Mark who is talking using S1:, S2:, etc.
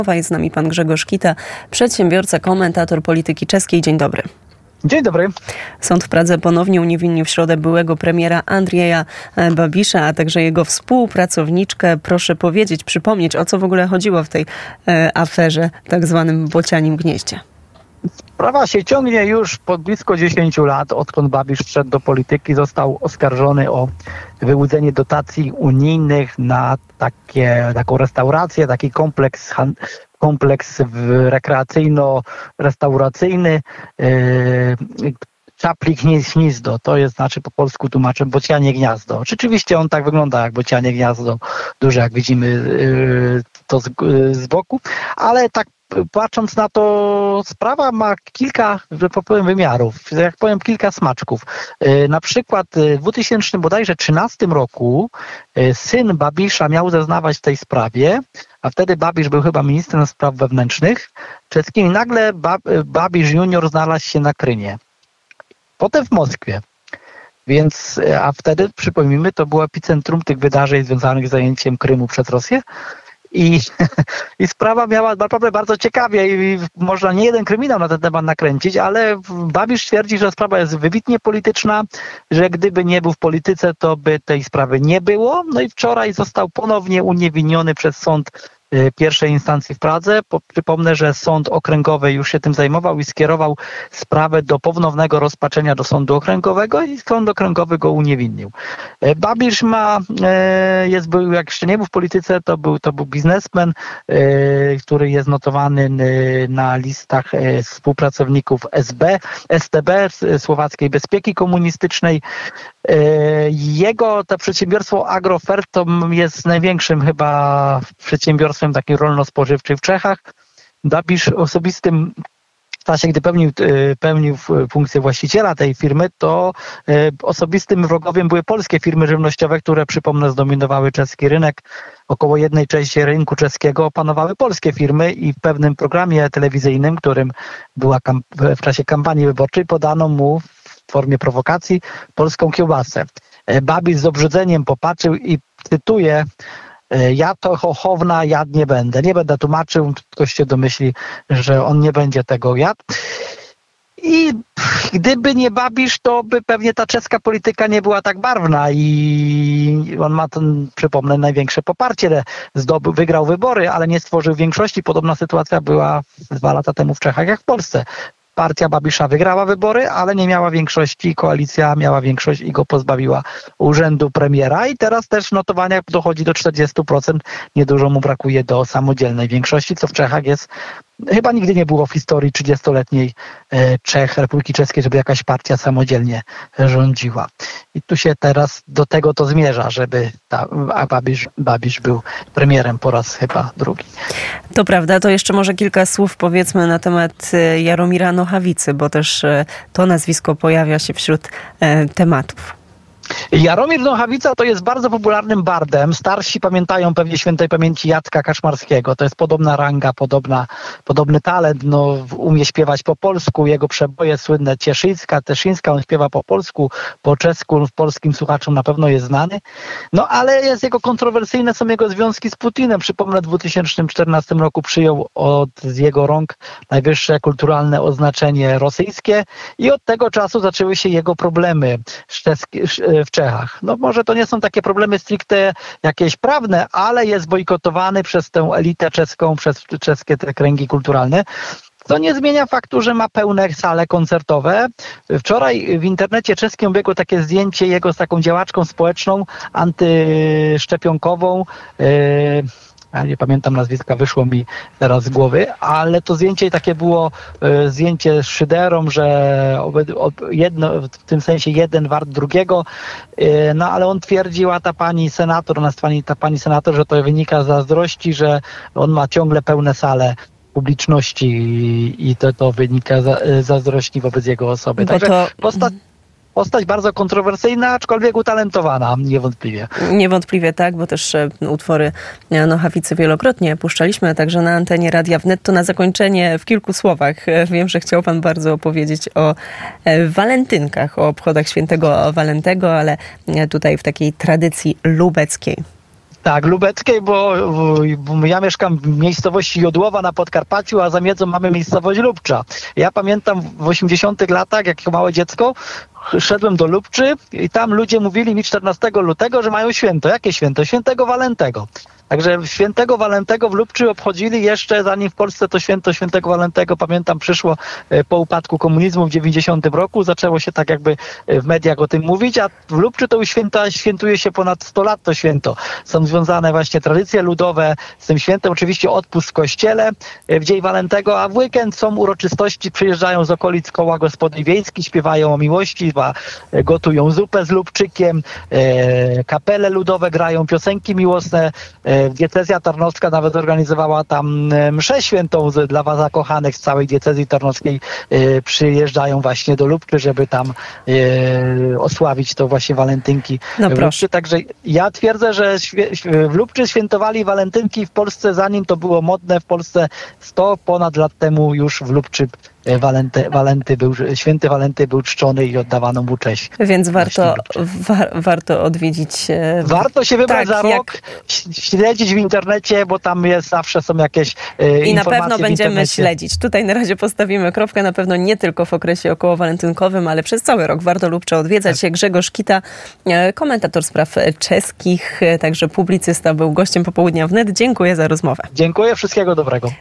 S1: Jest z nami pan Grzegorz Kita, przedsiębiorca, komentator polityki czeskiej. Dzień dobry.
S2: Dzień dobry.
S1: Sąd w Pradze ponownie uniewinnił w środę byłego premiera Andrzeja Babisza, a także jego współpracowniczkę. Proszę powiedzieć, przypomnieć, o co w ogóle chodziło w tej aferze, tak zwanym Bocianim Gnieździe.
S2: Sprawa się ciągnie już pod blisko 10 lat, odkąd Babisz wszedł do polityki. Został oskarżony o wyłudzenie dotacji unijnych na taką restaurację, taki kompleks rekreacyjno-restauracyjny, Czaplik Gniezdo, to jest, znaczy po polsku tłumaczę, bocianie gniazdo. Rzeczywiście on tak wygląda jak bocianie gniazdo, duże jak widzimy to z boku, ale tak patrząc na to, sprawa ma kilka, że powiem, wymiarów, jak powiem, kilka smaczków. Na przykład w 2013 roku syn Babisza miał zeznawać w tej sprawie, a wtedy Babisz był chyba ministrem spraw wewnętrznych czeskim i nagle Babisz junior znalazł się na Krymie. Potem w Moskwie. Więc, a wtedy, przypomnijmy, to było epicentrum tych wydarzeń związanych z zajęciem Krymu przez Rosję. I sprawa miała naprawdę bardzo ciekawie i można nie jeden kryminał na ten temat nakręcić, ale Babisz twierdzi, że sprawa jest wybitnie polityczna, że gdyby nie był w polityce, to by tej sprawy nie było. No i wczoraj został ponownie uniewinniony przez sąd pierwszej instancji w Pradze. Przypomnę, że sąd okręgowy już się tym zajmował i skierował sprawę do ponownego rozpatrzenia do sądu okręgowego i sąd okręgowy go uniewinnił. Babisz był, jak jeszcze nie był w polityce, to był biznesmen, który jest notowany na listach współpracowników STB, Słowackiej Bezpieki Komunistycznej. Jego to przedsiębiorstwo Agrofert to jest największym chyba przedsiębiorstwem takim rolno-spożywczym w Czechach. Babisz osobistym w czasie, gdy pełnił funkcję właściciela tej firmy, to osobistym wrogowiem były polskie firmy żywnościowe, które, przypomnę, zdominowały czeski rynek. Około 1/3 rynku czeskiego opanowały polskie firmy i w pewnym programie telewizyjnym, którym była w czasie kampanii wyborczej, podano mu w formie prowokacji polską kiełbasę. Babisz z obrzydzeniem popatrzył i cytuję: ja to chochowna jadł nie będę. Nie będę tłumaczył, ktoś się domyśli, że on nie będzie tego jadł. I gdyby nie Babisz, to by pewnie ta czeska polityka nie była tak barwna i on ma przypomnę, największe poparcie. Wygrał wybory, ale nie stworzył większości. Podobna sytuacja była 2 lata temu w Czechach jak w Polsce. Partia Babisza wygrała wybory, ale nie miała większości, koalicja miała większość i go pozbawiła urzędu premiera i teraz też w notowaniach dochodzi do 40%, niedużo mu brakuje do samodzielnej większości, co w Czechach jest, chyba nigdy nie było w historii 30-letniej Republiki Czeskiej, żeby jakaś partia samodzielnie rządziła. I tu się teraz do tego to zmierza, żeby Babisz był premierem po raz chyba drugi.
S1: To prawda, to jeszcze może kilka słów powiedzmy na temat Jaromira Nochawicy, bo też to nazwisko pojawia się wśród tematów.
S2: Jaromir Nochawica to jest bardzo popularnym bardem. Starsi pamiętają pewnie świętej pamięci Jacka Kaczmarskiego. To jest podobna ranga, podobny talent. Umie śpiewać po polsku. Jego przeboje słynne Teszyńska, on śpiewa po polsku, po czesku, polskim słuchaczom na pewno jest znany. Ale kontrowersyjne są jego związki z Putinem. Przypomnę, w 2014 roku przyjął z jego rąk najwyższe kulturalne oznaczenie rosyjskie i od tego czasu zaczęły się jego problemy w Czechach. Może to nie są takie problemy stricte jakieś prawne, ale jest bojkotowany przez tę elitę czeską, przez czeskie te kręgi kulturalne. To nie zmienia faktu, że ma pełne sale koncertowe. Wczoraj w internecie czeskim biegło takie zdjęcie jego z taką działaczką społeczną, antyszczepionkową. Ja nie pamiętam nazwiska, wyszło mi teraz z głowy, ale to zdjęcie takie było zdjęcie z szyderą, że w tym sensie jeden wart drugiego, ale on twierdziła, ta pani senator, że to wynika z zazdrości, że on ma ciągle pełne sale publiczności i to wynika zazdrości wobec jego osoby. Także postać bardzo kontrowersyjna, aczkolwiek utalentowana, niewątpliwie.
S1: Niewątpliwie tak, bo też utwory Nochawicy wielokrotnie puszczaliśmy, także na antenie Radia Wnet. To na zakończenie w kilku słowach. Wiem, że chciał pan bardzo opowiedzieć o walentynkach, o obchodach świętego Walentego, ale tutaj w takiej tradycji lubeckiej.
S2: Tak, lubeckiej, bo ja mieszkam w miejscowości Jodłowa na Podkarpaciu, a za Miedzą mamy miejscowość Lubcza. Ja pamiętam w 80 latach, jak małe dziecko, szedłem do Lubczy i tam ludzie mówili mi 14 lutego, że mają święto. Jakie święto? Świętego Walentego. Także świętego Walentego w Lubczy obchodzili jeszcze, zanim w Polsce to święto świętego Walentego, pamiętam, przyszło po upadku komunizmu w 90 roku. Zaczęło się tak jakby w mediach o tym mówić, a w Lubczy to już świętuje się ponad 100 lat to święto. Są związane właśnie tradycje ludowe z tym świętem. Oczywiście odpust w kościele w dzień Walentego, a w weekend są uroczystości, przyjeżdżają z okolic koła gospodyń wiejskich, śpiewają o miłości, gotują zupę z lubczykiem, kapele ludowe grają piosenki miłosne. Diecezja tarnowska nawet organizowała tam mszę świętą dla zakochanych z całej diecezji tarnowskiej. Przyjeżdżają właśnie do Lubczy, żeby tam osławić to właśnie walentynki w Lubczy. Także ja twierdzę, że w Lubczy świętowali walentynki w Polsce, zanim to było modne w Polsce 100 ponad lat temu już w Lubczy. Święty Walenty był czczony i oddawano mu cześć.
S1: Więc warto odwiedzić.
S2: Warto się wybrać za rok, śledzić w internecie, bo tam zawsze są jakieś informacje.
S1: I na pewno będziemy śledzić. Tutaj na razie postawimy kropkę, na pewno nie tylko w okresie okołowalentynkowym, ale przez cały rok warto Lubcze odwiedzać. Tak. Grzegorz Kita, komentator spraw czeskich, także publicysta, był gościem Popołudnia Wnet. Dziękuję za rozmowę.
S2: Dziękuję, wszystkiego dobrego.